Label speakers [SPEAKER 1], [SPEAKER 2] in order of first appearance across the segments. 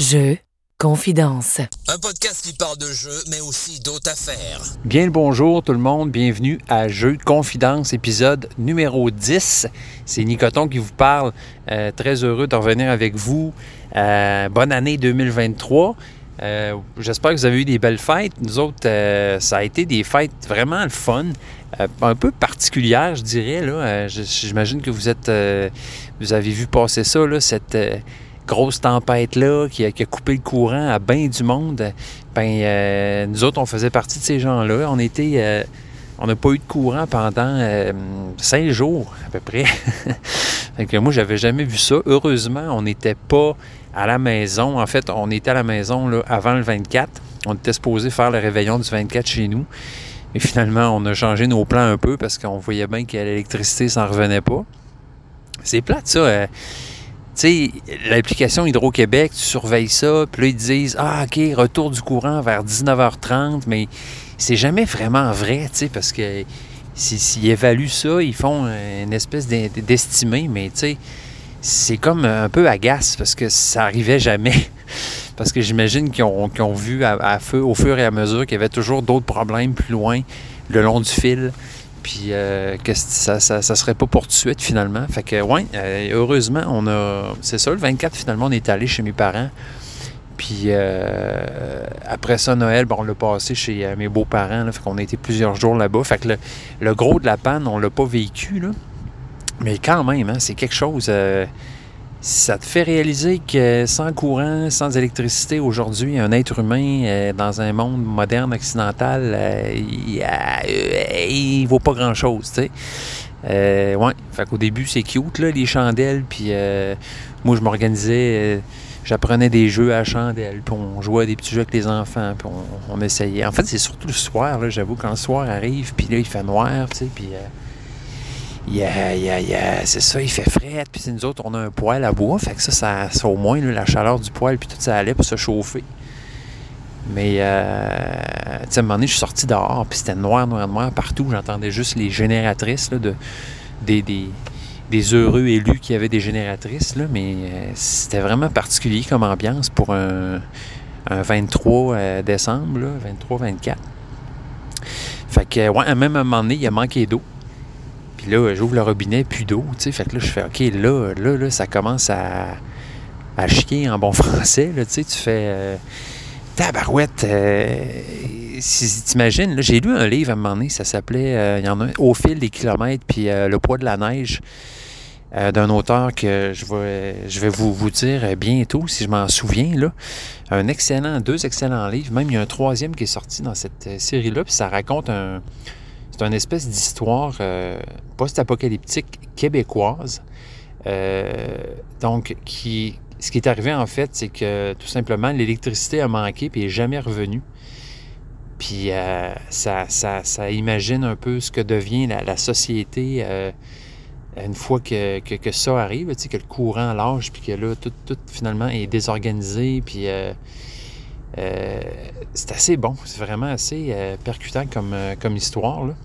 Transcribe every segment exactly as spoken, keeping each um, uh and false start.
[SPEAKER 1] Jeux, confidence.
[SPEAKER 2] Un podcast qui parle de jeux, mais aussi d'autres affaires.
[SPEAKER 3] Bien le bonjour tout le monde, bienvenue à Jeux, confidence, épisode numéro dix. C'est Nicoton qui vous parle, euh, très heureux de revenir avec vous. Euh, bonne année deux mille vingt-trois. Euh, j'espère que vous avez eu des belles fêtes. Nous autres, euh, ça a été des fêtes vraiment le fun. Euh, un peu particulière, je dirais. Là. Euh, j'imagine que vous êtes, euh, vous avez vu passer ça, là, cette euh, grosse tempête-là qui a, qui a coupé le courant à bien du monde. Ben, euh, nous autres, on faisait partie de ces gens-là. On était, euh, on n'a pas eu de courant pendant euh, cinq jours à peu près. Fait que moi, j'avais jamais vu ça. Heureusement, on n'était pas à la maison. En fait, on était à la maison là, avant le vingt-quatre. On était supposé faire le réveillon du vingt-quatre chez nous. Mais finalement, on a changé nos plans un peu parce qu'on voyait bien que l'électricité s'en revenait pas. C'est plate, ça. Euh, tu sais, l'application Hydro-Québec, tu surveilles ça, puis là, ils disent « Ah, OK, retour du courant vers dix-neuf heures trente », mais c'est jamais vraiment vrai, tu sais, parce que s'ils évaluent ça, ils font une espèce d'estimé, mais tu sais, c'est comme un peu agace parce que ça arrivait jamais. Parce que j'imagine qu'ils ont, qu'ils ont vu à, à feu, au fur et à mesure qu'il y avait toujours d'autres problèmes plus loin, le long du fil, puis euh, que ça, ça, ça serait pas pour tout de suite finalement. Fait que, ouais, euh, heureusement, on a. C'est ça, le vingt-quatre, finalement, on est allé chez mes parents. Puis euh, après ça, Noël, bon, on l'a passé chez euh, mes beaux-parents, là, fait qu'on a été plusieurs jours là-bas. Fait que le, le gros de la panne, on l'a pas vécu, là. Mais quand même, hein, c'est quelque chose. Euh, ça te fait réaliser que sans courant, sans électricité, aujourd'hui, un être humain euh, dans un monde moderne occidental, euh, il, euh, il vaut pas grand-chose, tu sais. Euh, ouais, fait qu'au début, c'est cute, là, les chandelles, puis euh, moi, je m'organisais, euh, j'apprenais des jeux à chandelles, puis on jouait à des petits jeux avec les enfants, puis on, on essayait. En fait, c'est surtout le soir, là, j'avoue, quand le soir arrive, puis là, il fait noir, tu sais, puis... Euh, Yeah, yeah, yeah, c'est ça, il fait frais. Puis nous autres, on a un poêle à bois. Fait que ça, ça, ça au moins, là, la chaleur du poêle, puis tout ça allait pour se chauffer. Mais, euh, tu sais, à un moment donné, je suis sorti dehors, puis c'était noir, noir, noir partout. J'entendais juste les génératrices, là, de, des, des, des heureux élus qui avaient des génératrices, là. Mais euh, c'était vraiment particulier comme ambiance pour un, un vingt-trois euh, décembre, là, vingt-trois vingt-quatre. Fait que, ouais, même à un moment donné, il a manqué d'eau. Puis là, j'ouvre le robinet, plus d'eau, tu sais. Fait que là, je fais, OK, là, là, là, ça commence à, à chier en bon français, là, tu sais. Tu fais, euh, tabarouette, euh, si t'imagines, là, j'ai lu un livre à un moment donné, ça s'appelait, euh, il y en a un, Au fil des kilomètres, puis euh, Le poids de la neige, euh, d'un auteur que je vais, je vais vous, vous dire bientôt, si je m'en souviens, là. Un excellent, deux excellents livres. Même, il y a un troisième qui est sorti dans cette série-là, puis ça raconte un... C'est une espèce d'histoire euh, post-apocalyptique québécoise. Euh, donc, qui, ce qui est arrivé, en fait, c'est que tout simplement, l'électricité a manqué et n'est jamais revenue. Puis, euh, ça, ça, ça imagine un peu ce que devient la, la société euh, une fois que, que, que ça arrive, tu sais, que le courant lâche, puis que là, tout, tout finalement est désorganisé, puis... Euh, Euh, c'est assez bon, c'est vraiment assez euh, percutant comme, euh, comme histoire, là.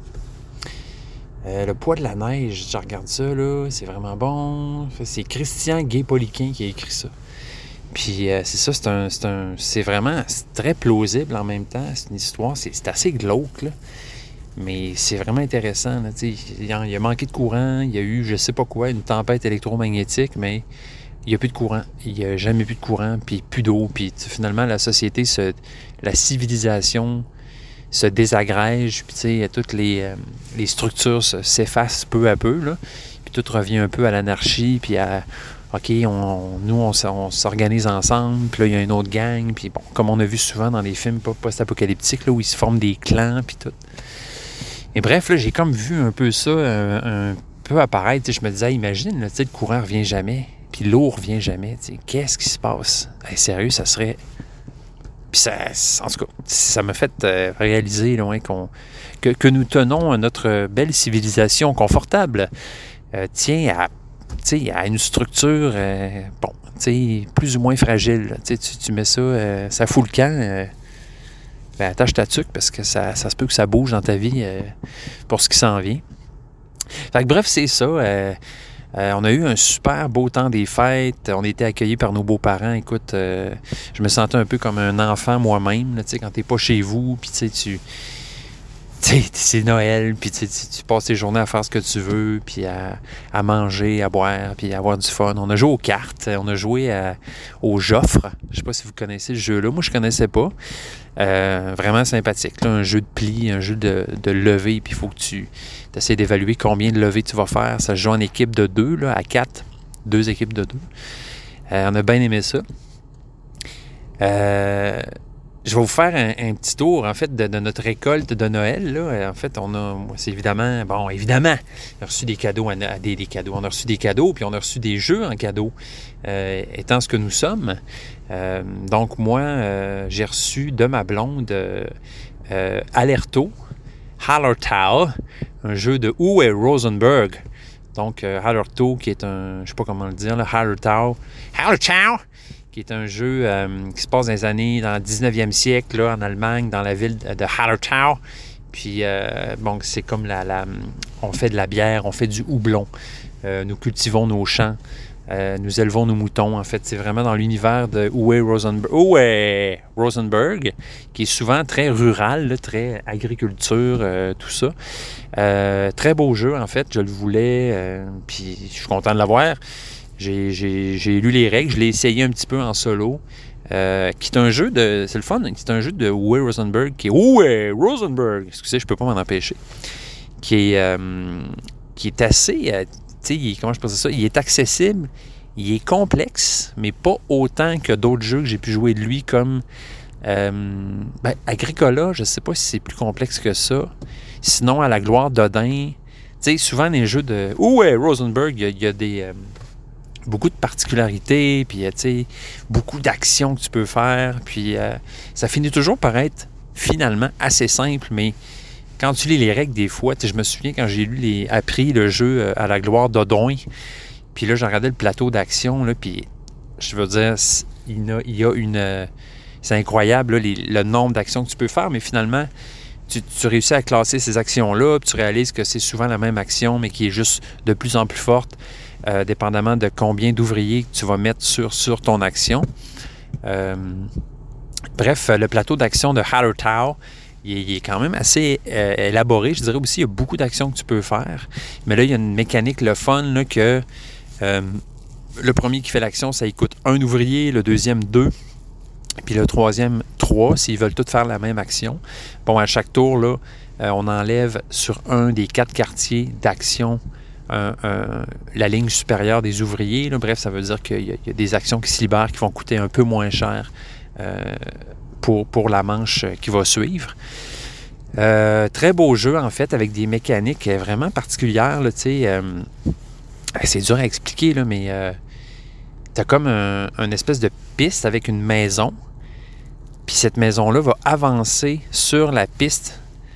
[SPEAKER 3] Euh, le poids de la neige, je regarde ça, là, c'est vraiment bon. C'est Christian Gay-Poliquin qui a écrit ça. Puis euh, c'est ça, c'est un, c'est un, c'est vraiment c'est très plausible en même temps. C'est une histoire, c'est, c'est assez glauque, là. Mais c'est vraiment intéressant, là, tu sais. Il, il a manqué de courant, il y a eu, je sais pas quoi, une tempête électromagnétique, mais... Il n'y a plus de courant. Il n'y a jamais plus de courant, puis plus d'eau. Puis finalement, la société, se, la civilisation se désagrège, puis tu sais, toutes les, euh, les structures se, s'effacent peu à peu, là. Puis tout revient un peu à l'anarchie, puis à, OK, on, on, nous, on, on s'organise ensemble, puis là, il y a une autre gang, puis bon, comme on a vu souvent dans les films post-apocalyptiques, là, où ils se forment des clans, puis tout. Et bref, là, j'ai comme vu un peu ça, un, un peu apparaître. Tu sais, je me disais, imagine, là, tu sais, le courant ne revient jamais. Puis l'eau ne revient jamais. T'sais. Qu'est-ce qui se passe? Hey, sérieux, ça serait... Puis ça, en tout cas, ça m'a fait euh, réaliser là, ouais, qu'on, que, que nous tenons notre belle civilisation confortable euh, tient à, à une structure euh, bon, plus ou moins fragile. Tu, tu mets ça, euh, ça fout le camp. Euh, ben, attache ta tuque parce que ça, ça se peut que ça bouge dans ta vie euh, pour ce qui s'en vient. Fait que bref, c'est ça. Euh, Euh, on a eu un super beau temps des fêtes. On a été accueillis par nos beaux-parents. Écoute, euh, je me sentais un peu comme un enfant moi-même, là, tu sais, quand t'es pas chez vous, puis tu sais, tu... T'sais, c'est Noël, puis tu passes tes journées à faire ce que tu veux, puis à, à manger, à boire, puis à avoir du fun. On a joué aux cartes, on a joué à, au Joffre. Je sais pas si vous connaissez ce jeu-là. Moi, je connaissais pas. Euh, vraiment sympathique. Là, un jeu de pli, un jeu de, de levée, puis il faut que tu essaies d'évaluer combien de levées tu vas faire. Ça se joue en équipe de deux, là, à quatre. Deux équipes de deux. Euh, on a bien aimé ça. Euh... Je vais vous faire un, un petit tour, en fait, de, de notre récolte de Noël. Là. En fait, on a, c'est évidemment, bon, évidemment, on a reçu des cadeaux, à, à des, des cadeaux. On a reçu des cadeaux, puis on a reçu des jeux en cadeau, euh, étant ce que nous sommes. Euh, donc, moi, euh, j'ai reçu de ma blonde euh, euh, Alerto, Hallertau, un jeu de Uwe Rosenberg. Donc, euh, Hallertau, qui est un, je ne sais pas comment le dire, là, Hallertau, Hallertau, qui est un jeu euh, qui se passe dans les années, dans le dix-neuvième siècle, là, en Allemagne, dans la ville de Hallertau. Puis, euh, bon, c'est comme la, la... On fait de la bière, on fait du houblon. Euh, nous cultivons nos champs. Euh, nous élevons nos moutons. En fait, c'est vraiment dans l'univers de Uwe Rosenberg, Uwe Rosenberg, qui est souvent très rural, là, très agriculture, euh, tout ça. Euh, très beau jeu, en fait. Je le voulais, euh, puis je suis content de l'avoir. J'ai, j'ai, j'ai lu les règles, je l'ai essayé un petit peu en solo, euh, qui est un jeu de... C'est le fun, c'est un jeu de Uwe Rosenberg, qui est... Uwe Rosenberg! Excusez, je peux pas m'en empêcher. Qui est, euh, qui est assez... Euh, tu sais, comment je peux dire ça? Il est accessible, il est complexe, mais pas autant que d'autres jeux que j'ai pu jouer de lui, comme... Euh, ben, Agricola, je sais pas si c'est plus complexe que ça. Sinon, à la gloire d'Odin... Tu sais, souvent, les jeux de Uwe Rosenberg, il y a, il y a des... Euh, beaucoup de particularités, puis, tu sais, beaucoup d'actions que tu peux faire, puis euh, ça finit toujours par être, finalement, assez simple, mais quand tu lis les règles, des fois, tu sais, je me souviens quand j'ai lu les, appris le jeu euh, à la gloire d'Odin, puis là, j'ai regardé le plateau d'action, là, puis, je veux dire, il y a, il y a une... Euh, c'est incroyable, là, les, le nombre d'actions que tu peux faire, mais finalement, tu, tu réussis à classer ces actions-là, puis tu réalises que c'est souvent la même action, mais qui est juste de plus en plus forte, Euh, dépendamment de combien d'ouvriers tu vas mettre sur, sur ton action. Euh, bref, le plateau d'action de Hallertau, il, il est quand même assez euh, élaboré. Je dirais aussi qu'il y a beaucoup d'actions que tu peux faire. Mais là, il y a une mécanique, le fun, là, que euh, le premier qui fait l'action, ça lui coûte un ouvrier, le deuxième, deux, puis le troisième, trois, s'ils veulent tous faire la même action. Bon, à chaque tour, là, euh, on enlève sur un des quatre quartiers d'action Un, un, la ligne supérieure des ouvriers. Là. Bref, ça veut dire qu'il y a, il y a des actions qui se libèrent qui vont coûter un peu moins cher euh, pour, pour la manche qui va suivre. Euh, très beau jeu, en fait, avec des mécaniques vraiment particulières. Là, euh, c'est dur à expliquer, là, mais euh, tu as comme un, une espèce de piste avec une maison. Puis cette maison-là va avancer sur la piste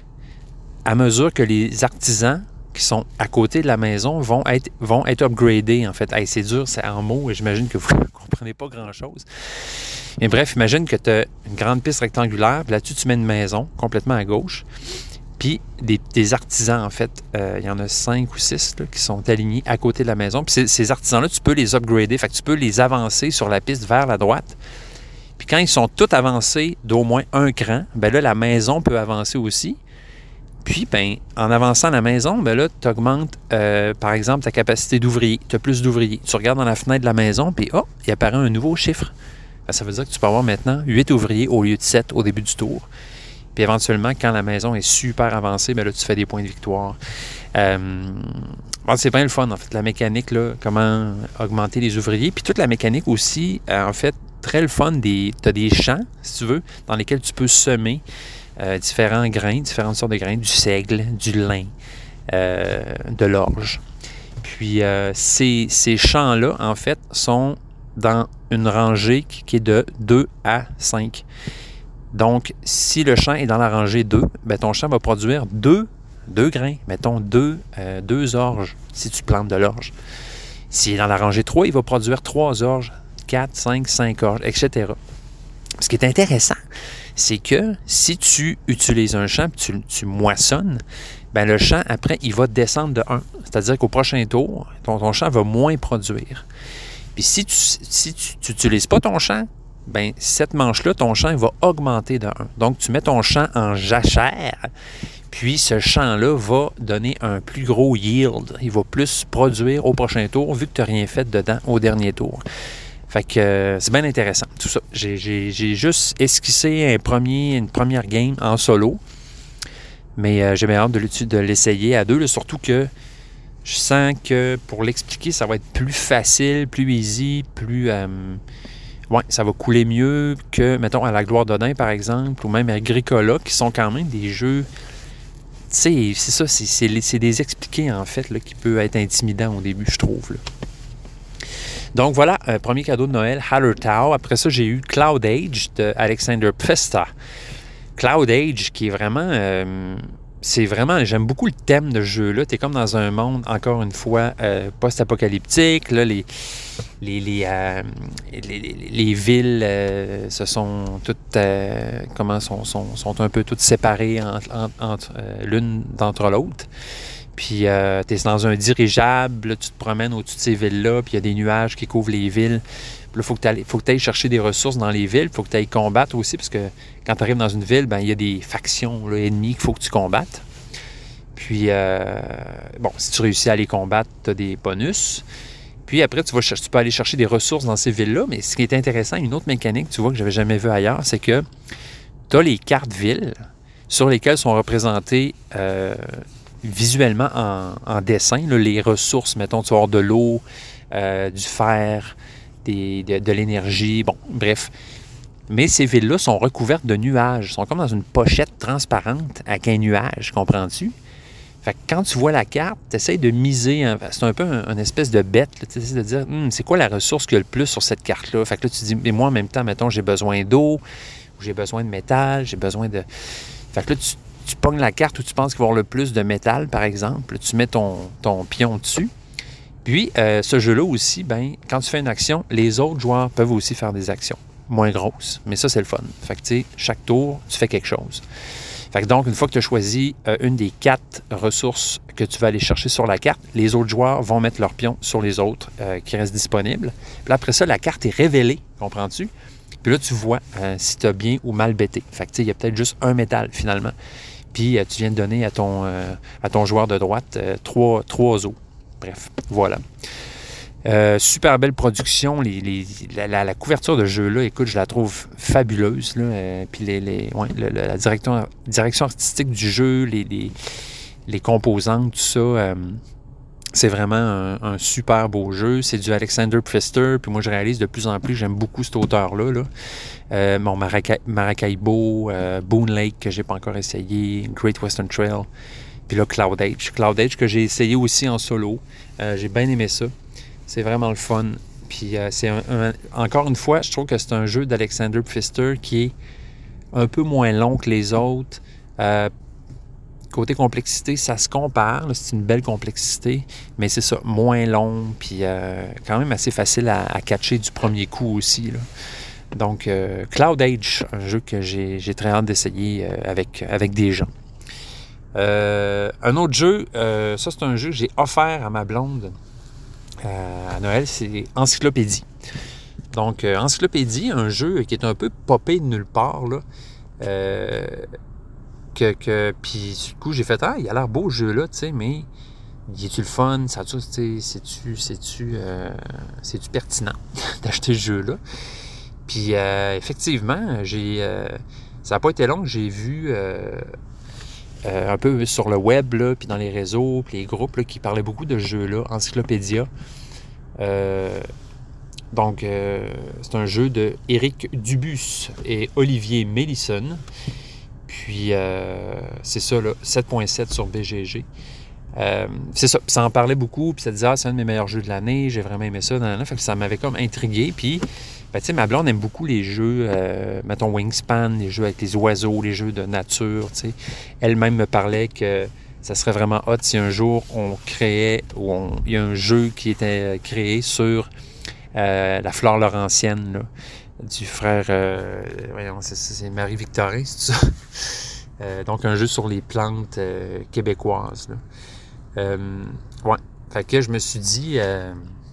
[SPEAKER 3] à mesure que les artisans qui sont à côté de la maison vont être, vont être upgradés, en fait. Hey, c'est dur, c'est en mots, et j'imagine que vous ne comprenez pas grand-chose. Mais bref, imagine que tu as une grande piste rectangulaire, puis là-dessus, tu mets une maison complètement à gauche, puis des, des artisans, en fait, euh, il y en a cinq ou six là, qui sont alignés à côté de la maison. Puis ces, ces artisans-là, tu peux les upgrader, fait que tu peux les avancer sur la piste vers la droite. Puis quand ils sont tous avancés d'au moins un cran, ben là, la maison peut avancer aussi. Puis, ben, en avançant la maison, ben là, tu augmentes, euh, par exemple, ta capacité d'ouvrier. Tu as plus d'ouvriers. Tu regardes dans la fenêtre de la maison, puis oh, il apparaît un nouveau chiffre. Ben, ça veut dire que tu peux avoir maintenant huit ouvriers au lieu de sept au début du tour. Puis éventuellement, quand la maison est super avancée, ben là, tu fais des points de victoire. Euh, bon, c'est bien le fun, en fait, la mécanique, là, comment augmenter les ouvriers. Puis toute la mécanique aussi, euh, en fait, très le fun. Des, tu as des champs, si tu veux, dans lesquels tu peux semer Euh, différents grains, différentes sortes de grains, du seigle, du lin, euh, de l'orge. Puis euh, ces, ces champs-là, en fait, sont dans une rangée qui, qui est de deux à cinq. Donc, si le champ est dans la rangée deux, ben, ton champ va produire deux, deux grains, mettons deux, euh, deux orges, si tu plantes de l'orge. S'il est dans la rangée trois, il va produire trois orges, quatre, cinq, cinq orges, et cetera. Ce qui est intéressant, c'est que si tu utilises un champ et tu, tu moissonnes, ben le champ, après, il va descendre de un. C'est-à-dire qu'au prochain tour, ton, ton champ va moins produire. Puis si tu si tu n'utilises pas ton champ, ben cette manche-là, ton champ il va augmenter de un. Donc, tu mets ton champ en jachère, puis ce champ-là va donner un plus gros yield. Il va plus produire au prochain tour, vu que tu n'as rien fait dedans au dernier tour. Fait que euh, c'est bien intéressant, tout ça. J'ai, j'ai, j'ai juste esquissé un premier, une première game en solo, mais euh, j'ai bien hâte de, de l'essayer à deux, là, surtout que je sens que pour l'expliquer, ça va être plus facile, plus easy, plus... Euh, ouais, ça va couler mieux que, mettons, à la Gloire d'Odin, par exemple, ou même à Agricola, qui sont quand même des jeux... Tu sais, c'est ça, c'est, c'est, c'est des expliqués, en fait, là, qui peut être intimidant au début, je trouve, là. Donc voilà, un premier cadeau de Noël, Hallertau. Après ça, j'ai eu Cloud Age de Alexander Pfister. Cloud Age, qui est vraiment... Euh, c'est vraiment... J'aime beaucoup le thème de ce jeu-là. Tu es comme dans un monde, encore une fois, euh, post-apocalyptique. Là, les, les, les, euh, les, les, les villes euh, se sont toutes... Euh, comment sont, sont, sont un peu toutes séparées entre, entre, entre euh, l'une d'entre l'autre. Puis, euh, tu es dans un dirigeable, là, tu te promènes au-dessus de ces villes-là, puis il y a des nuages qui couvrent les villes. Puis là, il faut que tu ailles chercher des ressources dans les villes, il faut que tu ailles combattre aussi, parce que quand tu arrives dans une ville, ben il y a des factions là, ennemies qu'il faut que tu combattes. Puis, euh, bon, si tu réussis à les combattre, tu as des bonus. Puis après, tu, vas, tu peux aller chercher des ressources dans ces villes-là, mais ce qui est intéressant, une autre mécanique, tu vois, que je n'avais jamais vu ailleurs, c'est que tu as les cartes villes sur lesquelles sont représentées... Euh, visuellement en, en dessin, là, les ressources, mettons, tu vas avoir de l'eau, euh, du fer, des, de, de l'énergie, bon, bref. Mais ces villes-là sont recouvertes de nuages, sont comme dans une pochette transparente avec un nuage, comprends-tu? Fait que quand tu vois la carte, tu essaies de miser, hein, c'est un peu un, une espèce de bête, tu essaies de dire, hm, c'est quoi la ressource qu'il y a le plus sur cette carte-là? Fait que là, tu dis, mais moi, en même temps, mettons, j'ai besoin d'eau, ou j'ai besoin de métal, j'ai besoin de... Fait que là, tu Tu pognes la carte où tu penses qu'il va y avoir le plus de métal, par exemple. Tu mets ton, ton pion dessus. Puis, euh, ce jeu-là aussi, ben, quand tu fais une action, les autres joueurs peuvent aussi faire des actions moins grosses. Mais ça, c'est le fun. Fait que, tu sais, chaque tour, tu fais quelque chose. Fait que donc, une fois que tu as choisi euh, une des quatre ressources que tu vas aller chercher sur la carte, les autres joueurs vont mettre leur pion sur les autres euh, qui restent disponibles. Puis après ça, la carte est révélée, comprends-tu? Puis là, tu vois euh, si tu as bien ou mal bêté. Fait que, tu sais, il y a peut-être juste un métal, finalement. Puis, tu viens de donner à ton, euh, à ton joueur de droite euh, trois, trois os. Bref, voilà. Euh, super belle production. Les, les, la, la, la couverture de jeu-là, écoute, je la trouve fabuleuse. Là, euh, puis, les, les, ouais, le, la direction, direction artistique du jeu, les, les, les composantes, tout ça, euh, c'est vraiment un, un super beau jeu. C'est du Alexander Pfister. Puis moi, je réalise de plus en plus, j'aime beaucoup cet auteur-là, là. Euh, mon Maraca- Maracaibo, euh, Boone Lake que j'ai pas encore essayé, Great Western Trail, puis là Cloud Age. Cloud Age que j'ai essayé aussi en solo. Euh, j'ai bien aimé ça. C'est vraiment le fun. Puis euh, c'est un, un, encore une fois, je trouve que c'est un jeu d'Alexander Pfister qui est un peu moins long que les autres. Euh, côté complexité, ça se compare. Là, c'est une belle complexité, mais c'est ça, moins long, puis euh, quand même assez facile à, à catcher du premier coup aussi, là. Donc, euh, Cloud Age, un jeu que j'ai, j'ai très hâte d'essayer euh, avec, avec des gens. Euh, un autre jeu, euh, ça c'est un jeu que j'ai offert à ma blonde euh, à Noël, c'est Encyclopédie. Donc, euh, Encyclopédie, un jeu qui est un peu popé de nulle part, là. Euh, que, que, puis, du coup, j'ai fait, ah, il a l'air beau ce jeu-là, tu sais, mais il est-tu le fun? Ça, tu sais, c'est-tu, c'est-tu, euh, c'est-tu pertinent d'acheter ce jeu-là? Puis, euh, effectivement, j'ai, euh, ça n'a pas été long, j'ai vu euh, euh, un peu sur le web, là, puis dans les réseaux, puis les groupes là, qui parlaient beaucoup de ce jeu-là, Encyclopédia. Euh, donc, euh, c'est un jeu de Éric Dubus et Olivier Mélisson. Puis, euh, c'est ça, là, sept virgule sept sur B G G. Euh, c'est ça, puis ça en parlait beaucoup, puis ça disait, ah, c'est un de mes meilleurs jeux de l'année, j'ai vraiment aimé ça, nan, nan. Fait que ça m'avait comme intrigué, puis ben, tu sais, ma blonde aime beaucoup les jeux, euh, mettons Wingspan, les jeux avec les oiseaux, les jeux de nature, tu sais. Elle-même me parlait que ça serait vraiment hot si un jour on créait, ou on, il y a un jeu qui était créé sur euh, la flore laurentienne, là, du frère, euh, voyons, c'est, c'est Marie-Victorin, c'est ça? Euh, donc, un jeu sur les plantes euh, québécoises. Là. Euh, ouais. Fait que je me suis dit... Euh,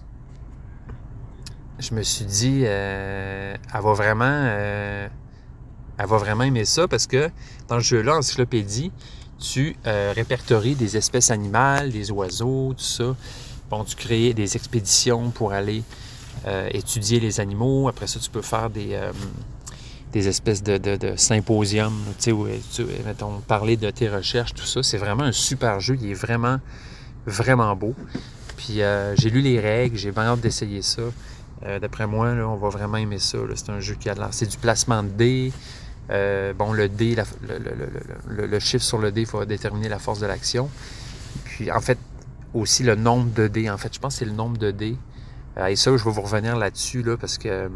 [SPEAKER 3] je me suis dit... Euh, elle va vraiment... Euh, elle va vraiment aimer ça parce que dans le jeu-là, Encyclopédie, tu euh, répertories des espèces animales, des oiseaux, tout ça. Bon, tu crées des expéditions pour aller euh, étudier les animaux. Après ça, tu peux faire des... Euh, des espèces de, de, de symposiums, tu sais, où tu, mettons, parler de tes recherches, tout ça. C'est vraiment un super jeu. Il est vraiment, vraiment beau. Puis euh, j'ai lu les règles, j'ai bien hâte d'essayer ça. Euh, d'après moi, là, on va vraiment aimer ça. Là. C'est un jeu qui a de l'air. C'est du placement de dés. Euh, bon, le dé, la, le, le, le, le, le chiffre sur le dé va déterminer la force de l'action. Puis, en fait, aussi le nombre de dés. En fait, je pense que c'est le nombre de dés. Euh, et ça, je vais vous revenir là-dessus, là, parce que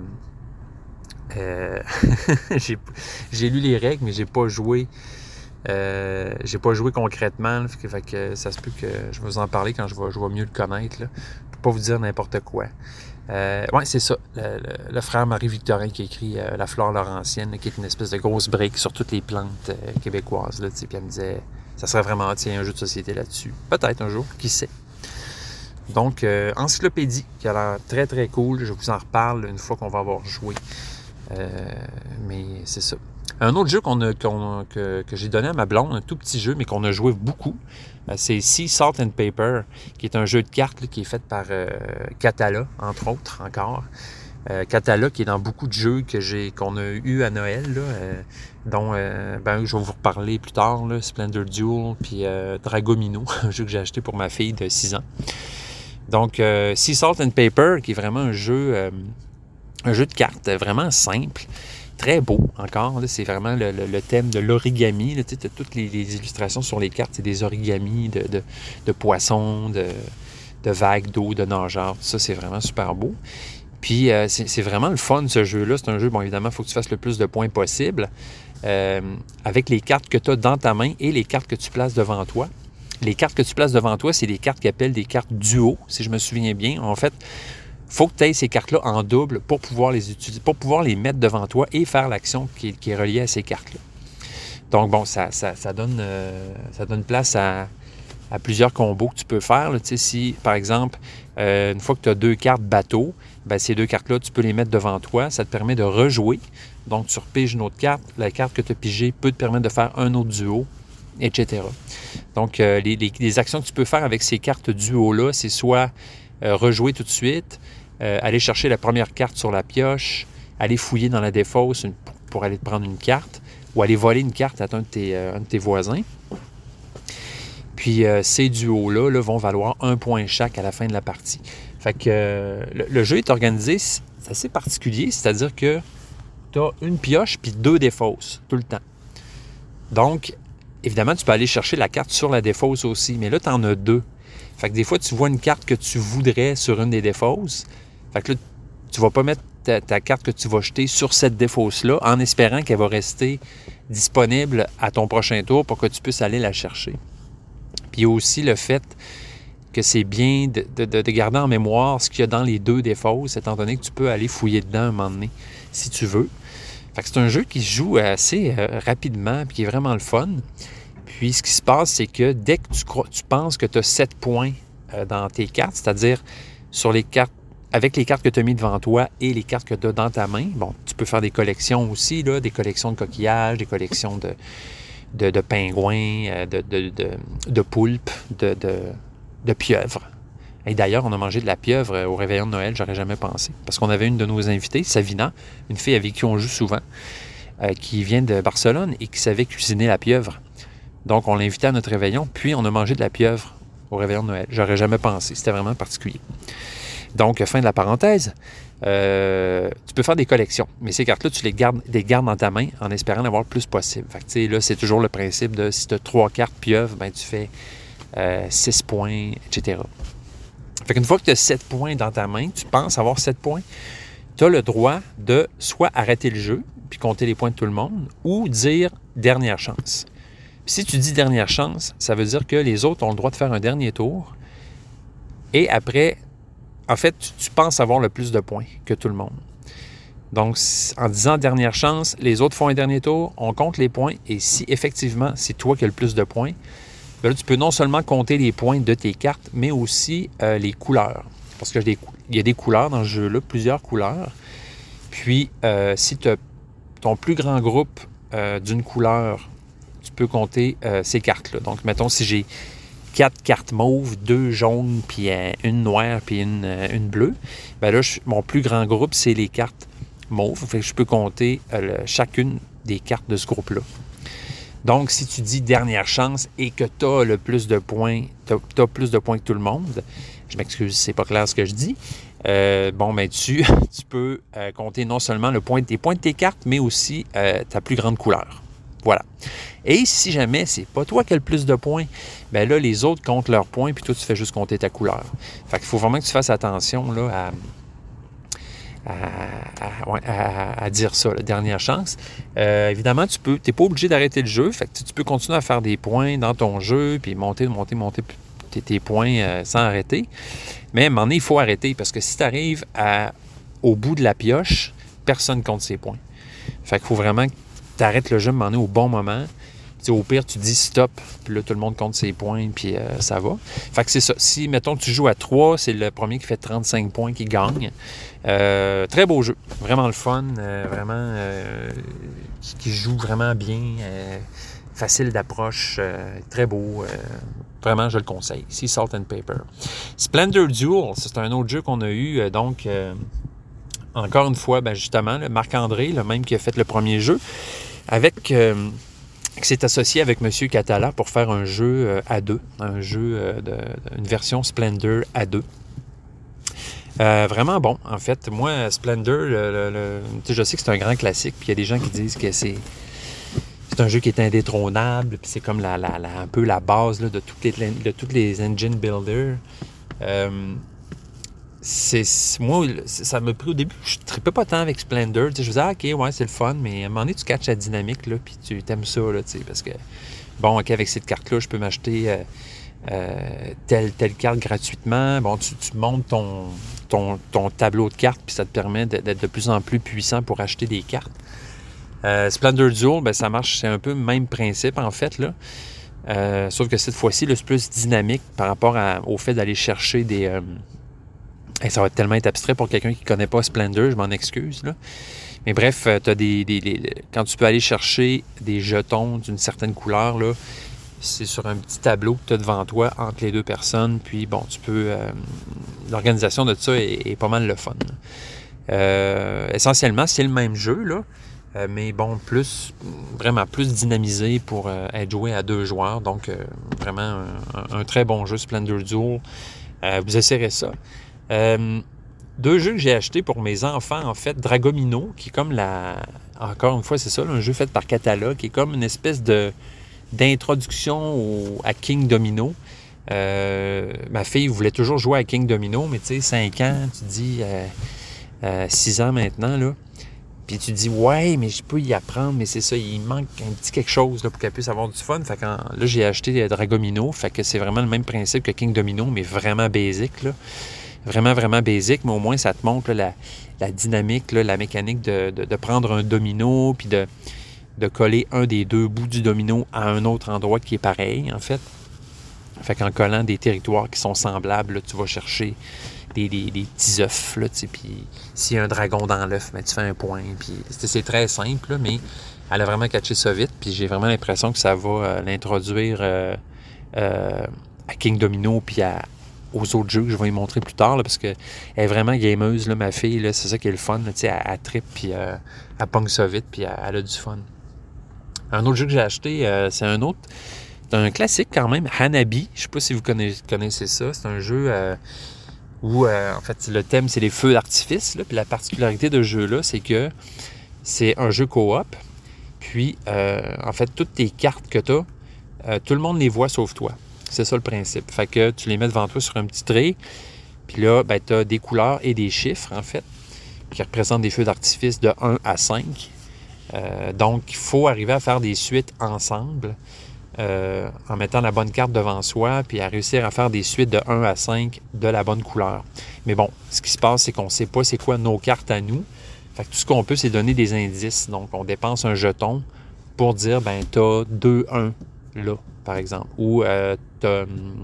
[SPEAKER 3] Euh, j'ai, j'ai lu les règles, mais j'ai pas joué. Euh, j'ai pas joué concrètement. Là, fait, que, fait que ça se peut que je vais vous en parler quand je vais, je vais mieux le connaître. Là. Je peux pas vous dire n'importe quoi. Euh, ouais, c'est ça. Le, le, le frère Marie-Victorin qui a écrit euh, La flore laurentienne, là, qui est une espèce de grosse brique sur toutes les plantes euh, québécoises. Là, puis elle me disait, ça serait vraiment tiens, un jeu de société là-dessus. Peut-être un jour, qui sait. Donc, euh, Encyclopédie, qui a l'air très très cool. Je vous en reparle une fois qu'on va avoir joué. Euh, mais c'est ça. Un autre jeu qu'on a, qu'on, que, que j'ai donné à ma blonde, un tout petit jeu, mais qu'on a joué beaucoup, euh, c'est Sea, Salt and Paper, qui est un jeu de cartes là, qui est fait par euh, Catala, entre autres, encore. Euh, Catala, qui est dans beaucoup de jeux que j'ai, qu'on a eu à Noël, là, euh, dont euh, ben, je vais vous reparler plus tard, là, Splendor Duel, puis euh, Dragomino, un jeu que j'ai acheté pour ma fille de six ans. Donc, euh, Sea, Salt and Paper, qui est vraiment un jeu... Euh, Un jeu de cartes vraiment simple, très beau encore. Là, c'est vraiment le, le, le thème de l'origami. Là, tu sais, toutes les, les illustrations sur les cartes, c'est des origamis de, de, de poissons, de, de vagues d'eau, de nageurs. Tout ça, c'est vraiment super beau. Puis, euh, c'est, c'est vraiment le fun, ce jeu-là. C'est un jeu, bon, évidemment, il faut que tu fasses le plus de points possible euh, avec les cartes que tu as dans ta main et les cartes que tu places devant toi. Les cartes que tu places devant toi, c'est des cartes qu'ils appellent des cartes duo, si je me souviens bien. En fait, il faut que tu aies ces cartes-là en double pour pouvoir les utiliser, pour pouvoir les mettre devant toi et faire l'action qui est, qui est reliée à ces cartes-là. Donc, bon, ça, ça, ça, donne, euh, ça donne place à, à plusieurs combos que tu peux faire. Là. Tu sais, si, par exemple, euh, une fois que tu as deux cartes bateau, ben, ces deux cartes-là, tu peux les mettre devant toi. Ça te permet de rejouer. Donc, tu repiges une autre carte. La carte que tu as pigée peut te permettre de faire un autre duo, et cetera. Donc, euh, les, les, les actions que tu peux faire avec ces cartes duo-là, c'est soit euh, rejouer tout de suite, Euh, aller chercher la première carte sur la pioche, aller fouiller dans la défausse une, pour aller te prendre une carte, ou aller voler une carte à un de tes, euh, un de tes voisins. Puis euh, ces duos-là là, vont valoir un point chaque à la fin de la partie. Fait que euh, le, le jeu est organisé, c'est assez particulier, c'est-à-dire que tu as une pioche puis deux défausses tout le temps. Donc, évidemment, tu peux aller chercher la carte sur la défausse aussi, mais là, tu en as deux. Fait que des fois, tu vois une carte que tu voudrais sur une des défausses. Fait que là, tu vas pas mettre ta, ta carte que tu vas jeter sur cette défausse-là en espérant qu'elle va rester disponible à ton prochain tour pour que tu puisses aller la chercher. Puis il y a aussi le fait que c'est bien de, de, de garder en mémoire ce qu'il y a dans les deux défausses, étant donné que tu peux aller fouiller dedans un moment donné, si tu veux. Fait que c'est un jeu qui se joue assez euh, rapidement et qui est vraiment le fun. Puis ce qui se passe, c'est que dès que tu, crois, tu penses que tu as sept points euh, dans tes cartes, c'est-à-dire sur les cartes, avec les cartes que tu as mis devant toi et les cartes que tu as dans ta main, bon, tu peux faire des collections aussi, là, des collections de coquillages, des collections de, de, de pingouins, de, de, de, de poulpes, de, de, de pieuvres. Et d'ailleurs, on a mangé de la pieuvre au réveillon de Noël, j'aurais jamais pensé. Parce qu'on avait une de nos invitées, Savina, une fille avec qui on joue souvent, euh, qui vient de Barcelone et qui savait cuisiner la pieuvre. Donc, on l'a invité à notre réveillon, puis on a mangé de la pieuvre au réveillon de Noël. J'aurais jamais pensé. C'était vraiment particulier. Donc, fin de la parenthèse. Euh, tu peux faire des collections, mais ces cartes-là, tu les gardes, les gardes dans ta main en espérant en avoir le plus possible. Fait que, tu sais, là, c'est toujours le principe de si tu as trois cartes pieuvres, ben, tu fais euh, six points, et cetera. Fait qu'une fois que tu as sept points dans ta main, tu penses avoir sept points, tu as le droit de soit arrêter le jeu, puis compter les points de tout le monde, ou dire dernière chance. Puis si tu dis dernière chance, ça veut dire que les autres ont le droit de faire un dernier tour. Et après, en fait, tu, tu penses avoir le plus de points que tout le monde. Donc, en disant dernière chance, les autres font un dernier tour, on compte les points, et si effectivement, c'est toi qui as le plus de points, bien là, tu peux non seulement compter les points de tes cartes, mais aussi euh, les couleurs. Parce qu'il y a des couleurs dans ce jeu-là, plusieurs couleurs. Puis, euh, si tu as ton plus grand groupe euh, d'une couleur, tu peux compter euh, ces cartes-là. Donc, mettons, si j'ai quatre cartes mauves, deux jaunes, puis euh, une noire, puis une, euh, une bleue, bien là, je, mon plus grand groupe, c'est les cartes mauves. Fait que je peux compter euh, le, chacune des cartes de ce groupe-là. Donc, si tu dis dernière chance et que tu as le plus de points, tu as plus de points que tout le monde, je m'excuse si c'est pas clair ce que je dis, euh, bon, ben tu, tu peux euh, compter non seulement le point, tes points de tes cartes, mais aussi euh, ta plus grande couleur. Voilà. Et si jamais c'est pas toi qui as le plus de points, ben là, les autres comptent leurs points, puis toi, tu fais juste compter ta couleur. Fait qu'il faut vraiment que tu fasses attention là, à, à, à, à, à dire ça, la dernière chance. Euh, évidemment, tu peux, t'es pas obligé d'arrêter le jeu, fait que tu, tu peux continuer à faire des points dans ton jeu, puis monter, monter, monter tes, tes points euh, sans arrêter. Mais à un moment donné, il faut arrêter, parce que si tu arrives au bout de la pioche, personne compte ses points. Fait qu'il faut vraiment que tu arrêtes le jeu à un moment donné au bon moment. T'sais, au pire, tu dis stop, puis là, tout le monde compte ses points, puis euh, ça va. Fait que c'est ça. Si, mettons, tu joues à trois, c'est le premier qui fait trente-cinq points qui gagne. Euh, très beau jeu. Vraiment le fun. Euh, vraiment, euh, qui, qui joue vraiment bien. Euh, facile d'approche. Euh, très beau. Euh, vraiment, je le conseille. Sea Salt and Paper. Splendor Duel, c'est un autre jeu qu'on a eu. Euh, donc, euh, encore une fois, ben, justement, là, Marc-André, le même qui a fait le premier jeu, avec... Euh, qui s'est associé avec M. Catala pour faire un jeu euh, à deux, un jeu, euh, de, une version Splendor à deux. Euh, vraiment bon, en fait. Moi, Splendor, le, le, le, je sais que c'est un grand classique, puis il y a des gens qui disent que c'est, c'est un jeu qui est indétrônable, puis c'est comme la, la, la, un peu la base là, de, toutes les, de toutes les engine builders. Euh, c'est, moi, ça m'a pris au début, je ne tripais pas tant avec Splendor. Je me disais, ah, OK, ouais, c'est le fun, mais à un moment donné, tu catches la dynamique, là, puis tu aimes ça, là, parce que, bon, OK, avec cette carte-là, je peux m'acheter euh, euh, telle, telle carte gratuitement. Bon, tu, tu montes ton, ton, ton tableau de cartes, puis ça te permet d'être de plus en plus puissant pour acheter des cartes. Euh, Splendor Duel, ben, ça marche, c'est un peu le même principe, en fait, là. Euh, sauf que cette fois-ci, là, c'est plus dynamique par rapport à, au fait d'aller chercher des... Euh, Et ça va tellement être abstrait pour quelqu'un qui ne connaît pas Splendor, je m'en excuse. Là. Mais bref, t'as des, des, des, quand tu peux aller chercher des jetons d'une certaine couleur, là, c'est sur un petit tableau que tu as devant toi entre les deux personnes. Puis bon, tu peux. Euh, l'organisation de ça est, est pas mal le fun. Euh, essentiellement, c'est le même jeu, là. Euh, mais bon, plus vraiment plus dynamisé pour euh, être joué à deux joueurs. Donc, euh, vraiment un, un, un très bon jeu, Splendor Duel. Euh, vous essayerez ça. Euh, deux jeux que j'ai achetés pour mes enfants, en fait, Dragomino, qui est comme la... Encore une fois, c'est ça, là, un jeu fait par Catala, qui est comme une espèce de d'introduction au, à King Domino. Euh, ma fille voulait toujours jouer à King Domino, mais tu sais, cinq ans, tu dis euh, euh, six ans maintenant, là. Puis tu dis, ouais, mais je peux y apprendre, mais c'est ça, il manque un petit quelque chose là, pour qu'elle puisse avoir du fun. Fait que là, j'ai acheté Dragomino, fait que c'est vraiment le même principe que King Domino, mais vraiment basic, là. Vraiment, vraiment basique, mais au moins, ça te montre là, la, la dynamique, là, la mécanique de, de, de prendre un domino puis de, de coller un des deux bouts du domino à un autre endroit qui est pareil, en fait. Fait qu'en collant des territoires qui sont semblables, là, tu vas chercher des, des, des petits œufs, là, tu sais, puis s'il y a un dragon dans l'œuf, ben, tu fais un point, puis c'est, c'est très simple, là, mais elle a vraiment catché ça vite, puis j'ai vraiment l'impression que ça va euh, l'introduire euh, euh, à King Domino, puis à aux autres jeux que je vais lui montrer plus tard, là, parce qu'elle est vraiment gameuse, là, ma fille, là, c'est ça qui est le fun, là, elle, elle trippe, puis euh, elle pogne ça vite, puis elle, elle a du fun. Un autre jeu que j'ai acheté, euh, c'est un autre, c'est un classique quand même, Hanabi, je sais pas si vous connaissez, connaissez ça, c'est un jeu euh, où, euh, en fait, le thème, c'est les feux d'artifice, là, puis la particularité de ce jeu-là, c'est que c'est un jeu coop, puis, euh, en fait, toutes tes cartes que tu as, euh, tout le monde les voit sauf toi. C'est ça le principe. Fait que tu les mets devant toi sur un petit trait. Puis là, ben, tu as des couleurs et des chiffres, en fait, qui représentent des feux d'artifice de un à cinq. Euh, donc, il faut arriver à faire des suites ensemble euh, en mettant la bonne carte devant soi puis à réussir à faire des suites de un à cinq de la bonne couleur. Mais bon, ce qui se passe, c'est qu'on ne sait pas c'est quoi nos cartes à nous. Fait que tout ce qu'on peut, c'est donner des indices. Donc, on dépense un jeton pour dire, ben, t'as deux un là, par exemple. Ou euh, t'as,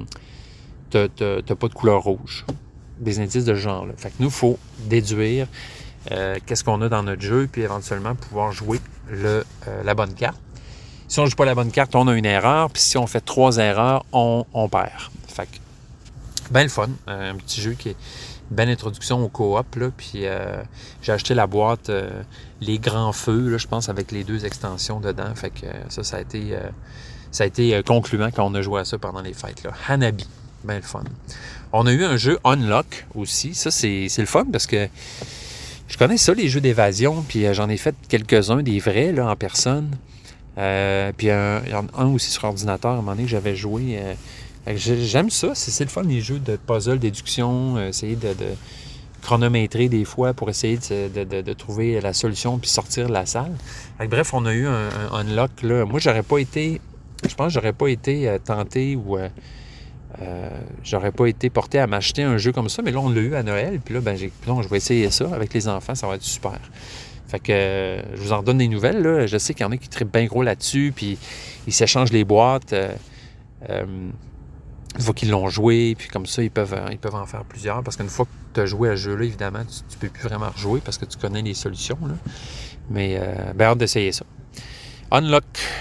[SPEAKER 3] t'as, t'as, t'as pas de couleur rouge. Des indices de ce genre-là. Fait que nous, il faut déduire euh, qu'est-ce qu'on a dans notre jeu, puis éventuellement pouvoir jouer le, euh, la bonne carte. Si on ne joue pas la bonne carte, on a une erreur. Puis si on fait trois erreurs, on, on perd. Fait que, ben le fun. Euh, un petit jeu qui est une belle introduction au coop. Là, puis euh, j'ai acheté la boîte euh, Les Grands Feux, là, je pense, avec les deux extensions dedans. Fait que euh, ça, ça a été, euh, ça a été euh, concluant quand on a joué à ça pendant les fêtes. Là. Hanabi. Ben le fun. On a eu un jeu Unlock aussi. Ça, c'est, c'est le fun parce que je connais ça, les jeux d'évasion. Puis euh, j'en ai fait quelques-uns, des vrais, là, en personne. Euh, puis un, un aussi sur ordinateur, à un moment donné, que j'avais joué. Euh, j'aime ça. C'est, c'est le fun, les jeux de puzzle, déduction, euh, essayer de, de chronométrer des fois pour essayer de, de, de, de trouver la solution puis sortir de la salle. Fait que, bref, on a eu un, un Unlock. Là. Moi, j'aurais pas été... Je pense que j'aurais pas été euh, tenté ou... Euh, Euh, j'aurais pas été porté à m'acheter un jeu comme ça, mais là, on l'a eu à Noël, puis là, ben, j'ai, non, je vais essayer ça avec les enfants, ça va être super. Fait que euh, je vous en donne des nouvelles, là. Je sais qu'il y en a qui trippent bien gros là-dessus, puis ils s'échangent les boîtes. Euh, euh, une fois qu'ils l'ont joué, puis comme ça, ils peuvent, ils peuvent en faire plusieurs, parce qu'une fois que tu as joué à ce jeu-là, évidemment, tu, tu peux plus vraiment rejouer parce que tu connais les solutions, là. Mais, euh, ben, hâte d'essayer ça. Unlock.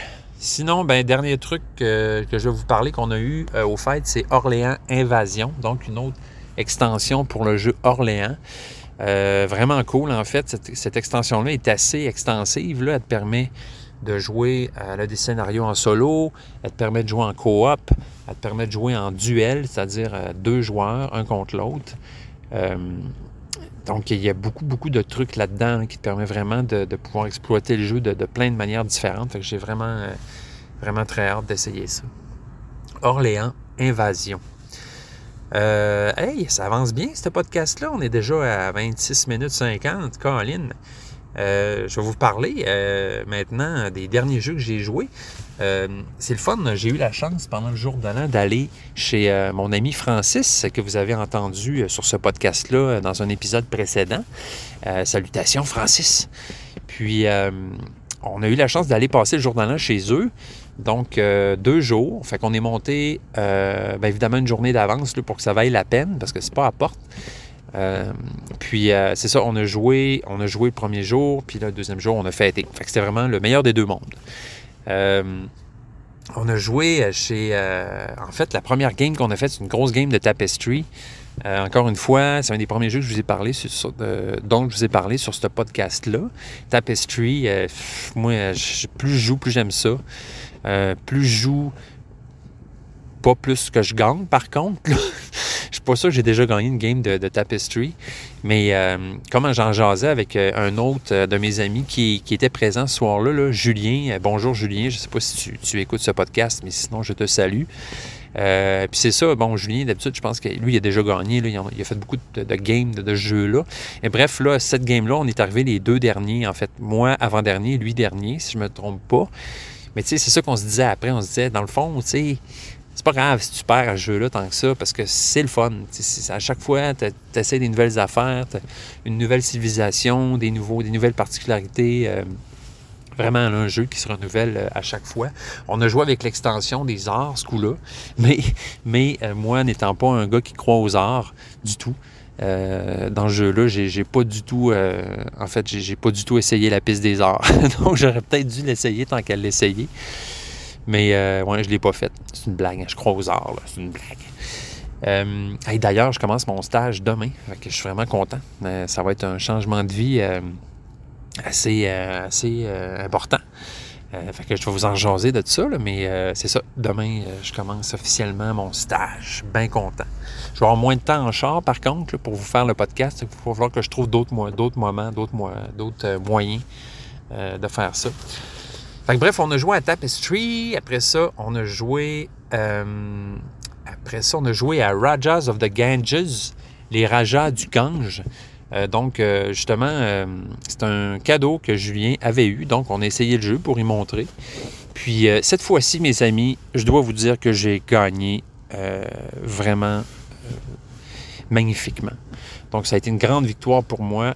[SPEAKER 3] Sinon, ben dernier truc euh, que je vais vous parler qu'on a eu euh, au fait, c'est Orléans Invasion, donc une autre extension pour le jeu Orléans. Euh, vraiment cool, en fait. Cette, cette extension-là est assez extensive. Là. Elle te permet de jouer à là, des scénarios en solo, elle te permet de jouer en coop, elle te permet de jouer en duel, c'est-à-dire euh, deux joueurs, un contre l'autre. Euh, Donc, il y a beaucoup, beaucoup de trucs là-dedans là, qui te permettent vraiment de, de pouvoir exploiter le jeu de, de plein de manières différentes. Fait que j'ai vraiment, euh, vraiment très hâte d'essayer ça. Orléans Invasion. Euh, hey, ça avance bien, ce podcast-là. On est déjà à vingt-six minutes cinquante. Colin. Euh, je vais vous parler euh, maintenant des derniers jeux que j'ai joués. Euh, c'est le fun. J'ai eu la chance pendant le jour de l'an d'aller chez euh, mon ami Francis, que vous avez entendu sur ce podcast-là dans un épisode précédent. Euh, salutations, Francis. Puis, euh, on a eu la chance d'aller passer le jour de l'an chez eux. Donc, euh, deux jours. Fait qu'on est monté, euh, bien évidemment, une journée d'avance là, pour que ça vaille la peine, parce que c'est pas à porte. Euh, puis euh, c'est ça, on a joué on a joué le premier jour, puis là, le deuxième jour, on a fêté. Fait que c'était vraiment le meilleur des deux mondes. Euh, on a joué chez... Euh, en fait, la première game qu'on a faite, c'est une grosse game de Tapestry. Euh, encore une fois, c'est un des premiers jeux que je vous ai parlé sur, sur, euh, dont je vous ai parlé sur ce podcast-là. Tapestry, euh, moi, je, plus je joue, plus j'aime ça. Euh, plus je joue, pas plus que je gagne, par contre. Là. Je suis pas sûr que j'ai déjà gagné une game de, de Tapestry, mais euh, comme j'en jasais avec euh, un autre euh, de mes amis qui, qui était présent ce soir-là, là, Julien. Euh, bonjour Julien, je sais pas si tu, tu écoutes ce podcast, mais sinon je te salue. Euh, puis c'est ça, bon, Julien, d'habitude, je pense que lui, il a déjà gagné, là, il, a, il a fait beaucoup de, de games, de, de jeux-là. Et bref, là, cette game-là, on est arrivé les deux derniers, en fait. Moi, avant-dernier, lui, dernier, si je me trompe pas. Mais tu sais, c'est ça qu'on se disait après, on se disait, dans le fond, tu sais, c'est pas grave si tu perds à ce jeu-là tant que ça, parce que c'est le fun. C'est, à chaque fois, tu essaies des nouvelles affaires, une nouvelle civilisation, des, nouveaux, des nouvelles particularités. Euh, vraiment, là, un jeu qui se renouvelle euh, à chaque fois. On a joué avec l'extension des arts, ce coup-là, mais, mais euh, moi, n'étant pas un gars qui croit aux arts du tout, euh, dans ce jeu-là, j'ai, j'ai pas du tout... Euh, en fait, j'ai, j'ai pas du tout essayé la piste des arts. Donc, j'aurais peut-être dû l'essayer tant qu'à l'essayer. Mais euh, ouais, je ne l'ai pas faite. C'est une blague. Je crois aux arts. Là. C'est une blague. Euh, hey, d'ailleurs, je commence mon stage demain. Fait que je suis vraiment content. Euh, ça va être un changement de vie euh, assez, euh, assez euh, important. Euh, fait que je vais vous en jaser de tout ça. Là, mais euh, c'est ça. Demain, euh, je commence officiellement mon stage. Bien content. Je vais avoir moins de temps en char, par contre, là, pour vous faire le podcast. Il va falloir que je trouve d'autres, d'autres moments, d'autres, d'autres euh, moyens euh, de faire ça. Fait que bref, on a joué à Tapestry. Après ça, on a joué... Euh, après ça, on a joué à Rajas of the Ganges, les Rajas du Gange. Euh, donc, euh, justement, euh, c'est un cadeau que Julien avait eu. Donc, on a essayé le jeu pour y montrer. Puis, euh, cette fois-ci, mes amis, je dois vous dire que j'ai gagné euh, vraiment euh, magnifiquement. Donc, ça a été une grande victoire pour moi.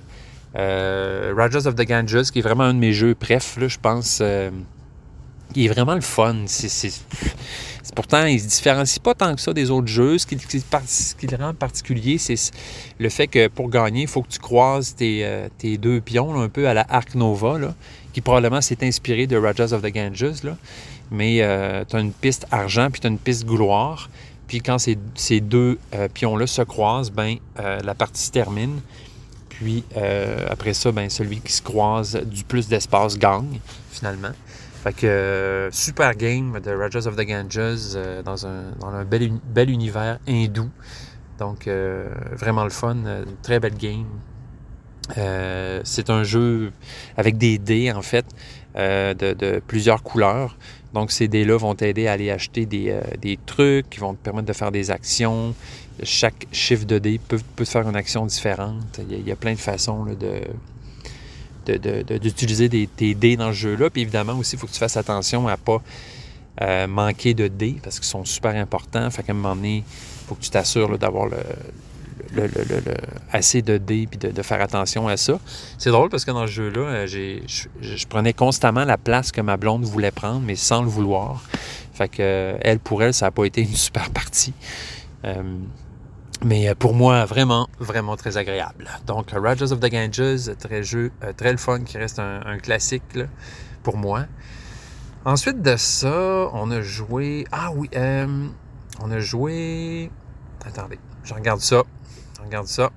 [SPEAKER 3] Euh, Rajas of the Ganges, qui est vraiment un de mes jeux préf, là, je pense, euh, qui est vraiment le fun. C'est, c'est, c'est, pourtant, il ne se différencie pas tant que ça des autres jeux. Ce qui, ce qui le rend particulier, c'est le fait que pour gagner, il faut que tu croises tes, euh, tes deux pions, là, un peu à la Ark Nova, là, qui probablement s'est inspiré de Rajas of the Ganges. Là. Mais euh, tu as une piste argent, puis tu as une piste gloire. Puis quand ces, ces deux euh, pions-là se croisent, ben, euh, la partie se termine. Puis euh, après ça, ben, celui qui se croise du plus d'espace gagne, finalement. Fait que euh, super game de Rajas of the Ganges euh, dans un, dans un bel, bel univers hindou. Donc euh, vraiment le fun, une très belle game. Euh, c'est un jeu avec des dés, en fait, euh, de, de plusieurs couleurs. Donc, ces dés-là vont t'aider à aller acheter des, euh, des trucs qui vont te permettre de faire des actions. Chaque chiffre de dés peut, peut te faire une action différente. Il y a, il y a plein de façons là, de, de, de, de, d'utiliser des, tes dés dans ce jeu-là. Puis évidemment aussi, il faut que tu fasses attention à ne pas euh, manquer de dés parce qu'ils sont super importants. Fait qu'à un moment donné, il faut que tu t'assures là, d'avoir le... Le, le, le, le, assez de dés puis de, de faire attention à ça. C'est drôle parce que dans ce jeu-là, j'ai, je, je prenais constamment la place que ma blonde voulait prendre, mais sans le vouloir. Fait que elle, pour elle, ça n'a pas été une super partie. Euh, mais pour moi, vraiment, vraiment très agréable. Donc, Rajas of the Ganges, très jeu, très le fun, qui reste un, un classique là, pour moi. Ensuite de ça, on a joué... Ah oui, euh, on a joué... Attendez, je regarde ça. Regarde ça.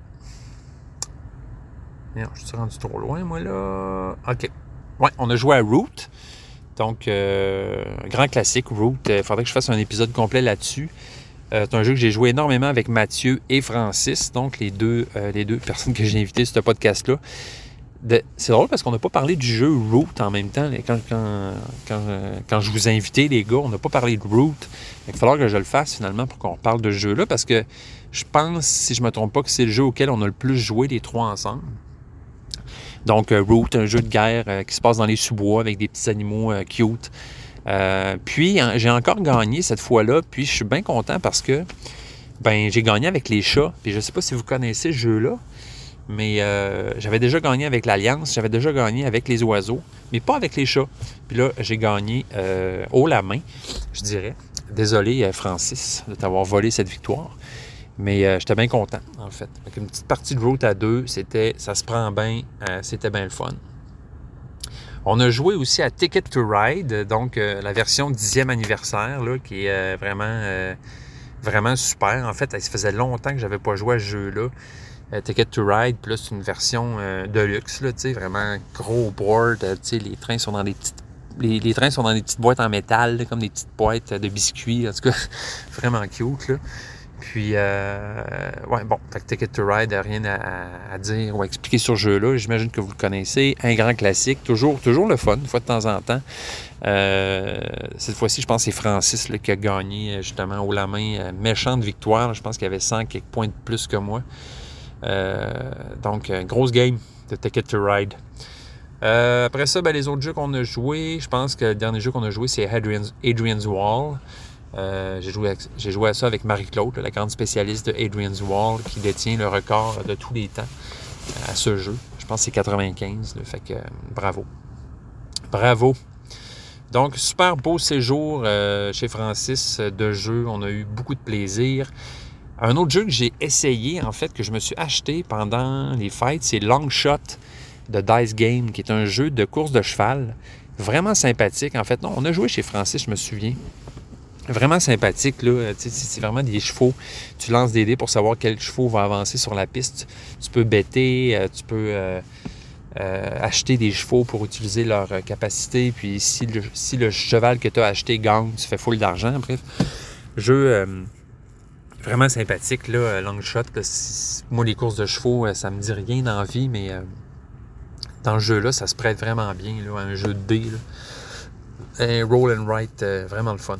[SPEAKER 3] Non, je suis rendu trop loin, moi, là. OK. Ouais, on a joué à Root. Donc, euh, grand classique, Root. Il faudrait que je fasse un épisode complet là-dessus. Euh, c'est un jeu que j'ai joué énormément avec Mathieu et Francis, donc les deux, euh, les deux personnes que j'ai invitées sur ce podcast-là. De, c'est drôle parce qu'on n'a pas parlé du jeu Root en même temps. Quand, quand, quand, quand je vous ai invité, les gars, on n'a pas parlé de Root. Il va falloir que je le fasse finalement pour qu'on parle de ce jeu-là parce que je pense, si je ne me trompe pas, que c'est le jeu auquel on a le plus joué les trois ensemble. Donc, euh, Root, un jeu de guerre euh, qui se passe dans les sous-bois avec des petits animaux euh, cute. Euh, puis, hein, j'ai encore gagné cette fois-là. Puis, je suis bien content parce que ben, j'ai gagné avec les chats. Puis, je ne sais pas si vous connaissez ce jeu-là. Mais euh, j'avais déjà gagné avec l'Alliance, j'avais déjà gagné avec les oiseaux, mais pas avec les chats. Puis là, j'ai gagné euh, haut la main, je dirais. Désolé, Francis, de t'avoir volé cette victoire. Mais euh, j'étais bien content, en fait. Avec une petite partie de Root à deux, c'était, ça se prend bien, euh, c'était bien le fun. On a joué aussi à Ticket to Ride, donc euh, la version dixième anniversaire, là, qui est euh, vraiment, euh, vraiment super. En fait, ça faisait longtemps que je n'avais pas joué à ce jeu-là. Ticket to Ride, puis là, c'est une version euh, de luxe, là, tu sais, vraiment gros board, euh, tu sais, les trains sont dans des petites... Les, les trains sont dans des petites boîtes en métal, là, comme des petites boîtes de biscuits, en tout cas, vraiment cute, là. Puis, euh, ouais, bon, fait que Ticket to Ride, rien à, à dire ou à expliquer sur ce jeu-là. J'imagine que vous le connaissez. Un grand classique, toujours, toujours le fun, une fois de temps en temps. Euh, cette fois-ci, je pense que c'est Francis là, qui a gagné, justement, haut la main, euh, méchante victoire. Je pense qu'il avait cent quelques points de plus que moi. Euh, donc, euh, grosse game de Ticket to Ride. Euh, après ça, ben, les autres jeux qu'on a joués, je pense que le dernier jeu qu'on a joué, c'est Adrian's, Adrian's Wall. Euh, j'ai, joué à, j'ai joué à ça avec Marie-Claude, la grande spécialiste de Adrian's Wall, qui détient le record de tous les temps à ce jeu. Je pense que c'est quatre-vingt-quinze, là, fait que euh, bravo. Bravo. Donc, super beau séjour euh, chez Francis de jeu. On a eu beaucoup de plaisir. Un autre jeu que j'ai essayé, en fait, que je me suis acheté pendant les fêtes, c'est Long Shot de Dice Game, qui est un jeu de course de cheval. Vraiment sympathique. En fait, non, on a joué chez Francis, je me souviens. Vraiment sympathique, là. Tu sais, c'est vraiment des chevaux. Tu lances des dés pour savoir quel chevaux va avancer sur la piste. Tu peux bêter, tu peux euh, euh, acheter des chevaux pour utiliser leur capacité. Puis si le, si le cheval que tu as acheté gagne, tu fais full d'argent. Bref, jeu... Euh, vraiment sympathique, là, long shot. Là, si, moi, les courses de chevaux, ça me dit rien dans la vie, mais euh, dans le jeu-là, ça se prête vraiment bien, là, un jeu de dés. Là. Un roll and write, euh, vraiment le fun.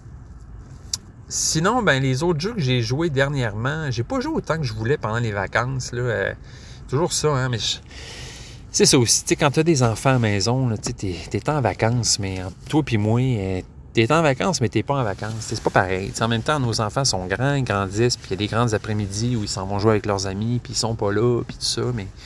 [SPEAKER 3] Sinon, ben les autres jeux que j'ai joués dernièrement, j'ai pas joué autant que je voulais pendant les vacances. Là, euh, toujours ça, hein, mais je... c'est ça aussi. Tu sais, quand tu as des enfants à la maison, tu t'es, t'es en vacances, mais toi puis moi, euh, t'es en vacances, mais t'es pas en vacances. C'est pas pareil. T'sais, en même temps, nos enfants sont grands, ils grandissent, puis il y a des grands après-midi où ils s'en vont jouer avec leurs amis, puis ils sont pas là, puis tout ça. Mais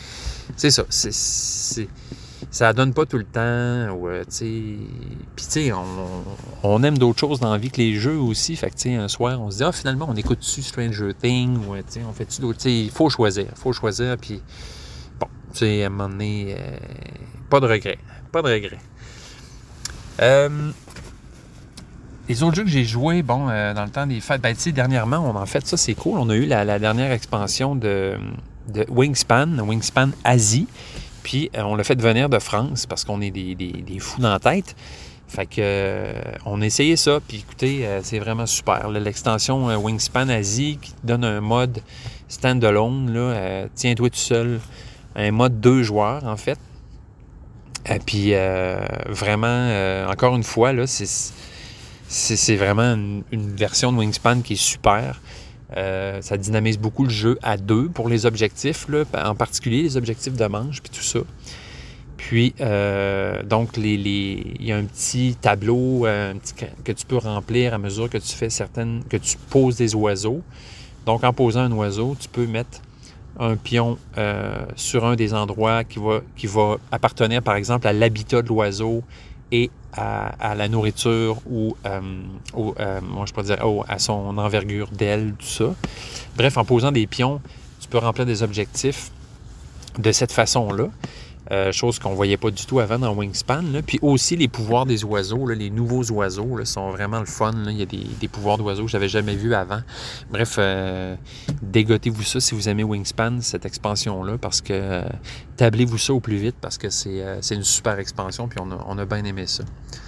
[SPEAKER 3] c'est ça. C'est, c'est, ça donne pas tout le temps. Ouais, tu sais. Puis, tu sais, on, on aime d'autres choses dans la vie que les jeux aussi. Fait que, tu sais, un soir, on se dit, ah, finalement, on écoute-tu Stranger Things? Ou, tu sais, on fait-tu d'autres. Tu sais, il faut choisir. Il faut choisir. Puis, bon, tu sais, à un moment donné, euh, pas de regret. Pas de regret. Euh. Les autres jeux que j'ai joués, bon, euh, dans le temps des fêtes, ben, tu sais, dernièrement, on en fait ça, c'est cool. On a eu la, la dernière expansion de, de Wingspan, Wingspan Asie. Puis, euh, on l'a fait venir de France parce qu'on est des, des, des fous dans la tête. Fait que, euh, on a essayé ça. Puis, écoutez, euh, c'est vraiment super. Là, l'extension euh, Wingspan Asie qui te donne un mode standalone, là, euh, tiens-toi tout seul. Un mode deux joueurs, en fait. Et puis, euh, vraiment, euh, encore une fois, là, c'est. C'est, c'est vraiment une, une version de Wingspan qui est super. Euh, ça dynamise beaucoup le jeu à deux pour les objectifs, là, en particulier les objectifs de manche, puis tout ça. Puis, euh, donc, les, les, il y a un petit tableau euh, un petit, que tu peux remplir à mesure que tu fais certaines, que tu poses des oiseaux. Donc, en posant un oiseau, tu peux mettre un pion euh, sur un des endroits qui va, qui va appartenir, par exemple, à l'habitat de l'oiseau et à, à la nourriture ou euh, au, euh, moi je pourrais dire oh, à son envergure d'aile, tout ça. Bref, en posant des pions, tu peux remplir des objectifs de cette façon-là. Euh, chose qu'on ne voyait pas du tout avant dans Wingspan. Là. Puis aussi, les pouvoirs des oiseaux, là, les nouveaux oiseaux là, sont vraiment le fun. Là. Il y a des, des pouvoirs d'oiseaux que je n'avais jamais vus avant. Bref, euh, dégotez-vous ça si vous aimez Wingspan, cette expansion-là, parce que euh, tablez-vous ça au plus vite, parce que c'est, euh, c'est une super expansion, puis on a, on a bien aimé ça.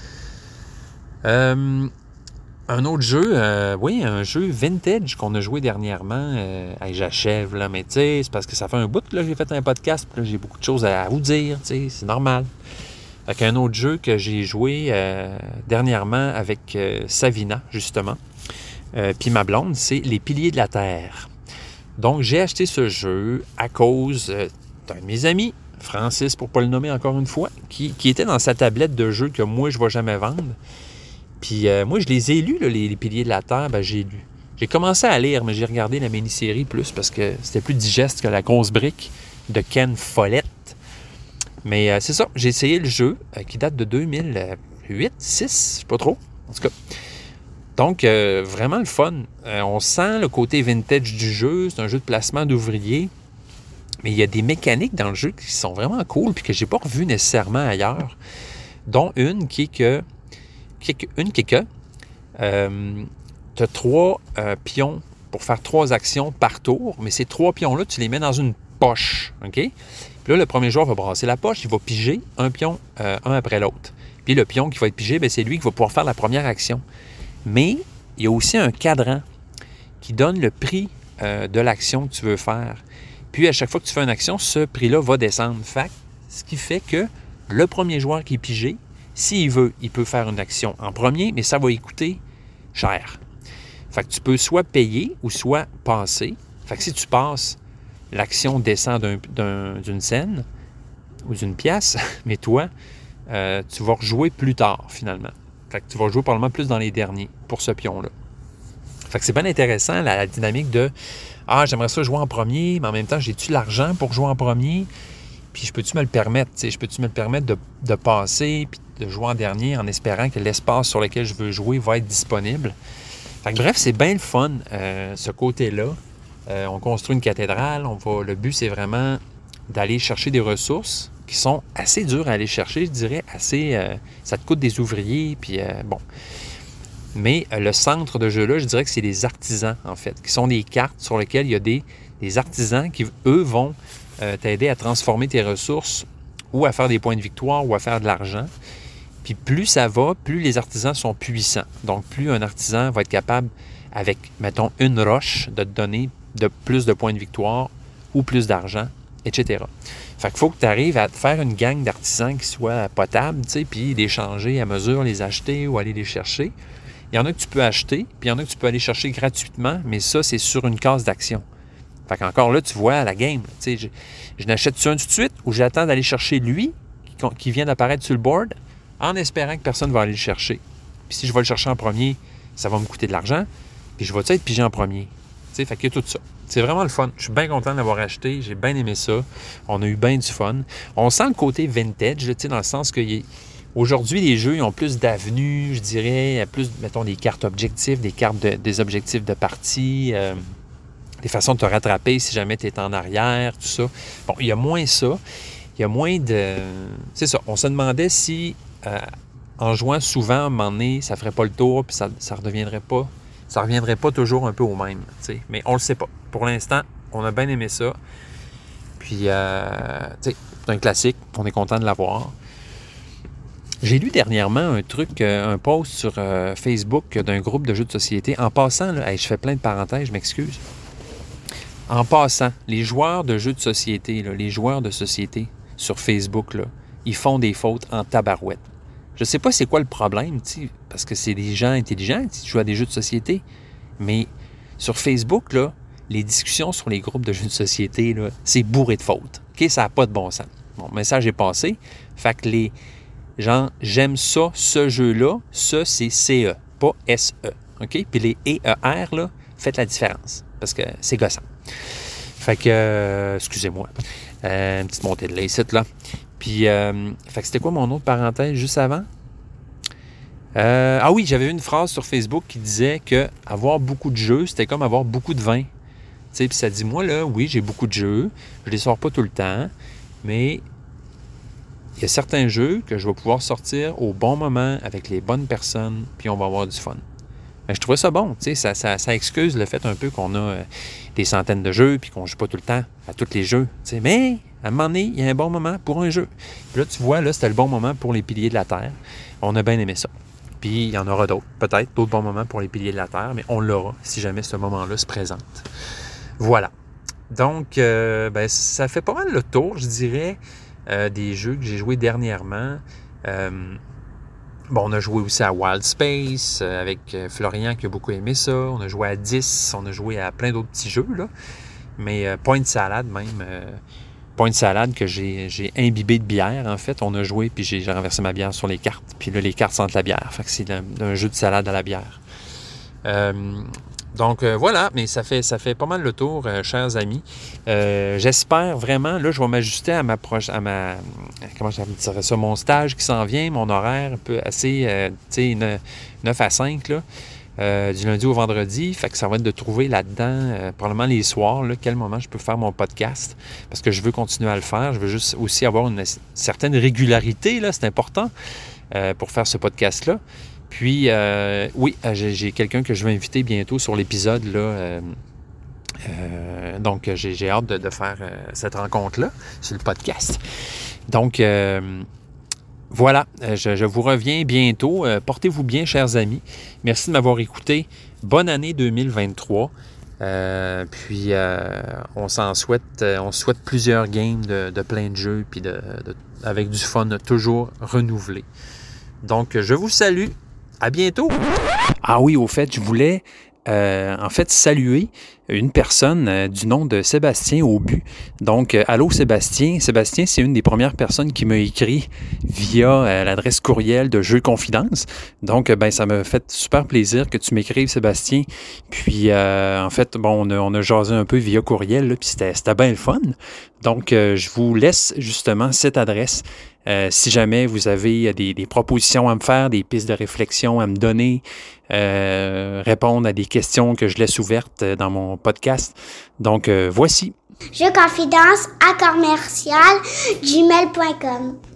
[SPEAKER 3] Euh, un autre jeu, euh, oui, un jeu vintage qu'on a joué dernièrement. Euh, hey, j'achève, là, mais tu sais, c'est parce que ça fait un bout que là, j'ai fait un podcast, puis là, j'ai beaucoup de choses à vous dire, tu sais, c'est normal. Fait qu'un autre jeu que j'ai joué euh, dernièrement avec euh, Savina, justement, euh, puis ma blonde, c'est Les Piliers de la Terre. Donc, j'ai acheté ce jeu à cause euh, d'un de mes amis, Francis, pour ne pas le nommer encore une fois, qui, qui était dans sa tablette de jeux que moi, je ne vais jamais vendre. Puis euh, moi, je les ai lus, là, les, les Piliers de la Terre, ben, j'ai lu. J'ai commencé à lire, mais j'ai regardé la mini-série plus parce que c'était plus digeste que la grosse brique de Ken Follett. Mais euh, c'est ça, j'ai essayé le jeu euh, qui date de deux mille huit, deux mille six, je sais pas trop, en tout cas. Donc, euh, vraiment le fun. Euh, on sent le côté vintage du jeu, c'est un jeu de placement d'ouvriers, mais il y a des mécaniques dans le jeu qui sont vraiment cool puis que j'ai pas revues nécessairement ailleurs, dont une qui est que Une qui est que euh, tu as trois euh, pions pour faire trois actions par tour, mais ces trois pions-là, tu les mets dans une poche. OK? Puis là, le premier joueur va brasser la poche, il va piger un pion, euh, un après l'autre. Puis le pion qui va être pigé, bien, c'est lui qui va pouvoir faire la première action. Mais il y a aussi un cadran qui donne le prix euh, de l'action que tu veux faire. Puis à chaque fois que tu fais une action, ce prix-là va descendre. Fait, ce qui fait que le premier joueur qui est pigé, s'il veut, il peut faire une action en premier, mais ça va lui coûter cher. Fait que tu peux soit payer ou soit passer. Fait que si tu passes, l'action descend d'un, d'un, d'une scène ou d'une pièce, mais toi, euh, tu vas rejouer plus tard, finalement. Fait que tu vas jouer probablement plus dans les derniers pour ce pion-là. Fait que c'est bien intéressant, la, la dynamique de « Ah, j'aimerais ça jouer en premier, mais en même temps, j'ai-tu l'argent pour jouer en premier? Puis je peux-tu me le permettre? Je peux-tu me le permettre de, de passer puis de jouer en dernier en espérant que l'espace sur lequel je veux jouer va être disponible? » Fait que, bref, c'est bien le fun, euh, ce côté-là. Euh, on construit une cathédrale. On va, le but, c'est vraiment d'aller chercher des ressources qui sont assez dures à aller chercher, je dirais. assez euh, ça te coûte des ouvriers, puis euh, bon. Mais euh, le centre de jeu-là, je dirais que c'est les artisans, en fait, qui sont des cartes sur lesquelles il y a des, des artisans qui, eux, vont euh, t'aider à transformer tes ressources ou à faire des points de victoire ou à faire de l'argent. Puis plus ça va, plus les artisans sont puissants. Donc, plus un artisan va être capable, avec, mettons, une roche, de te donner de plus de points de victoire ou plus d'argent, et cetera. Fait qu'il faut que tu arrives à te faire une gang d'artisans qui soient potables, tu sais, puis les changer à mesure, les acheter ou aller les chercher. Il y en a que tu peux acheter, puis il y en a que tu peux aller chercher gratuitement, mais ça, c'est sur une case d'action. Fait qu'encore là, tu vois la game. Tu sais, je, je n'achète-tu un tout de suite ou j'attends d'aller chercher lui qui, qui vient d'apparaître sur le board en espérant que personne ne va aller le chercher. Puis si je vais le chercher en premier, ça va me coûter de l'argent, puis je vais-tu être pigé en premier? sais, fait qu'il y a tout ça. C'est vraiment le fun. Je suis bien content de l'avoir acheté. J'ai bien aimé ça. On a eu bien du fun. On sent le côté vintage, tu sais, dans le sens que aujourd'hui, les jeux ils ont plus d'avenues, je dirais. Il y a plus, mettons, des cartes objectifs, des cartes de, des objectifs de partie, euh, des façons de te rattraper si jamais tu es en arrière, tout ça. Bon, il y a moins ça. Il y a moins de... C'est ça. On se demandait si, euh, en jouant souvent, à un moment donné, ça ne ferait pas le tour, puis ça ne redeviendrait pas... Ça ne reviendrait pas toujours un peu au même, t'sais. Mais on le sait pas. Pour l'instant, on a bien aimé ça. Puis, euh, tu sais, c'est un classique. On est content de l'avoir. J'ai lu dernièrement un truc, un post sur euh, Facebook d'un groupe de jeux de société. En passant, là, hey, je fais plein de parenthèses, je m'excuse. En passant, les joueurs de jeux de société, là, les joueurs de société sur Facebook, là, ils font des fautes en tabarouette. Je sais pas c'est quoi le problème, parce que c'est des gens intelligents qui jouent à des jeux de société, mais sur Facebook, là, les discussions sur les groupes de jeux de société, là, c'est bourré de fautes. Okay? Ça n'a pas de bon sens. Bon, le message est passé. Fait que les gens, j'aime ça, ce jeu-là, ça, c'est C E, pas S E. OK? Puis les E E R, là, faites la différence, parce que c'est gossant. Fait que, euh, excusez-moi, euh, une petite montée de lait ici, là. Puis, euh, fait que c'était quoi mon autre parenthèse juste avant? Euh, ah oui, j'avais vu une phrase sur Facebook qui disait que avoir beaucoup de jeux, c'était comme avoir beaucoup de vin. Tu sais, puis ça dit, moi, là, oui, j'ai beaucoup de jeux, je les sors pas tout le temps, mais il y a certains jeux que je vais pouvoir sortir au bon moment avec les bonnes personnes, puis on va avoir du fun. Mais je trouvais ça bon, tu sais, ça, ça, ça excuse le fait un peu qu'on a euh, des centaines de jeux, puis qu'on joue pas tout le temps à tous les jeux, tu sais, mais... À un moment donné, il y a un bon moment pour un jeu. Puis là, tu vois, là, c'était le bon moment pour les piliers de la Terre. On a bien aimé ça. Puis, il y en aura d'autres, peut-être, d'autres bons moments pour les piliers de la Terre, mais on l'aura si jamais ce moment-là se présente. Voilà. Donc, euh, ben, ça fait pas mal le tour, je dirais, euh, des jeux que j'ai joués dernièrement. Euh, bon, on a joué aussi à Wild Space euh, avec Florian qui a beaucoup aimé ça. On a joué à dix, on a joué à plein d'autres petits jeux, là. Mais euh, Point Salad, même... Euh, Point Salade que j'ai, j'ai imbibé de bière, en fait. On a joué, puis j'ai, j'ai renversé ma bière sur les cartes. Puis là, les cartes sentent la bière. Fait que c'est un, un jeu de salade à la bière. Euh, donc, euh, voilà. Mais ça fait, ça fait pas mal le tour, euh, chers amis. Euh, j'espère vraiment... Là, je vais m'ajuster à ma... Proche, à ma comment je dirais ça? Mon stage qui s'en vient, mon horaire un peu assez... Euh, tu sais, neuf à cinq, là. Euh, du lundi au vendredi, fait que ça va être de trouver là-dedans, euh, probablement les soirs, là, quel moment je peux faire mon podcast, parce que je veux continuer à le faire, je veux juste aussi avoir une certaine régularité, là, c'est important euh, pour faire ce podcast-là. Puis, euh, oui, j'ai, j'ai quelqu'un que je vais inviter bientôt sur l'épisode, là, euh, euh, donc j'ai, j'ai hâte de, de faire euh, cette rencontre-là sur le podcast. Donc, euh, Voilà, je, je vous reviens bientôt. Euh, portez-vous bien, chers amis. Merci de m'avoir écouté. Bonne année deux mille vingt-trois. Euh, puis, euh, on s'en souhaite, euh, on souhaite plusieurs games de, de plein de jeux, puis de, de, avec du fun toujours renouvelé. Donc, je vous salue. À bientôt. Ah oui, au fait, je voulais... Euh, en fait, saluer une personne euh, du nom de Sébastien Aubu. Donc, euh, allô Sébastien. Sébastien, c'est une des premières personnes qui m'a écrit via euh, l'adresse courriel de Jeux Confidence. Donc, euh, ben, ça m'a fait super plaisir que tu m'écrives, Sébastien. Puis, euh, en fait, bon, on a, on a jasé un peu via courriel, là, puis c'était, c'était bien le fun. Donc, euh, je vous laisse justement cette adresse. Euh, si jamais vous avez des, des propositions à me faire, des pistes de réflexion à me donner, euh, répondre à des questions que je laisse ouvertes dans mon podcast. Donc, euh, voici.
[SPEAKER 4] Jeux Confidence à commercial gmail point com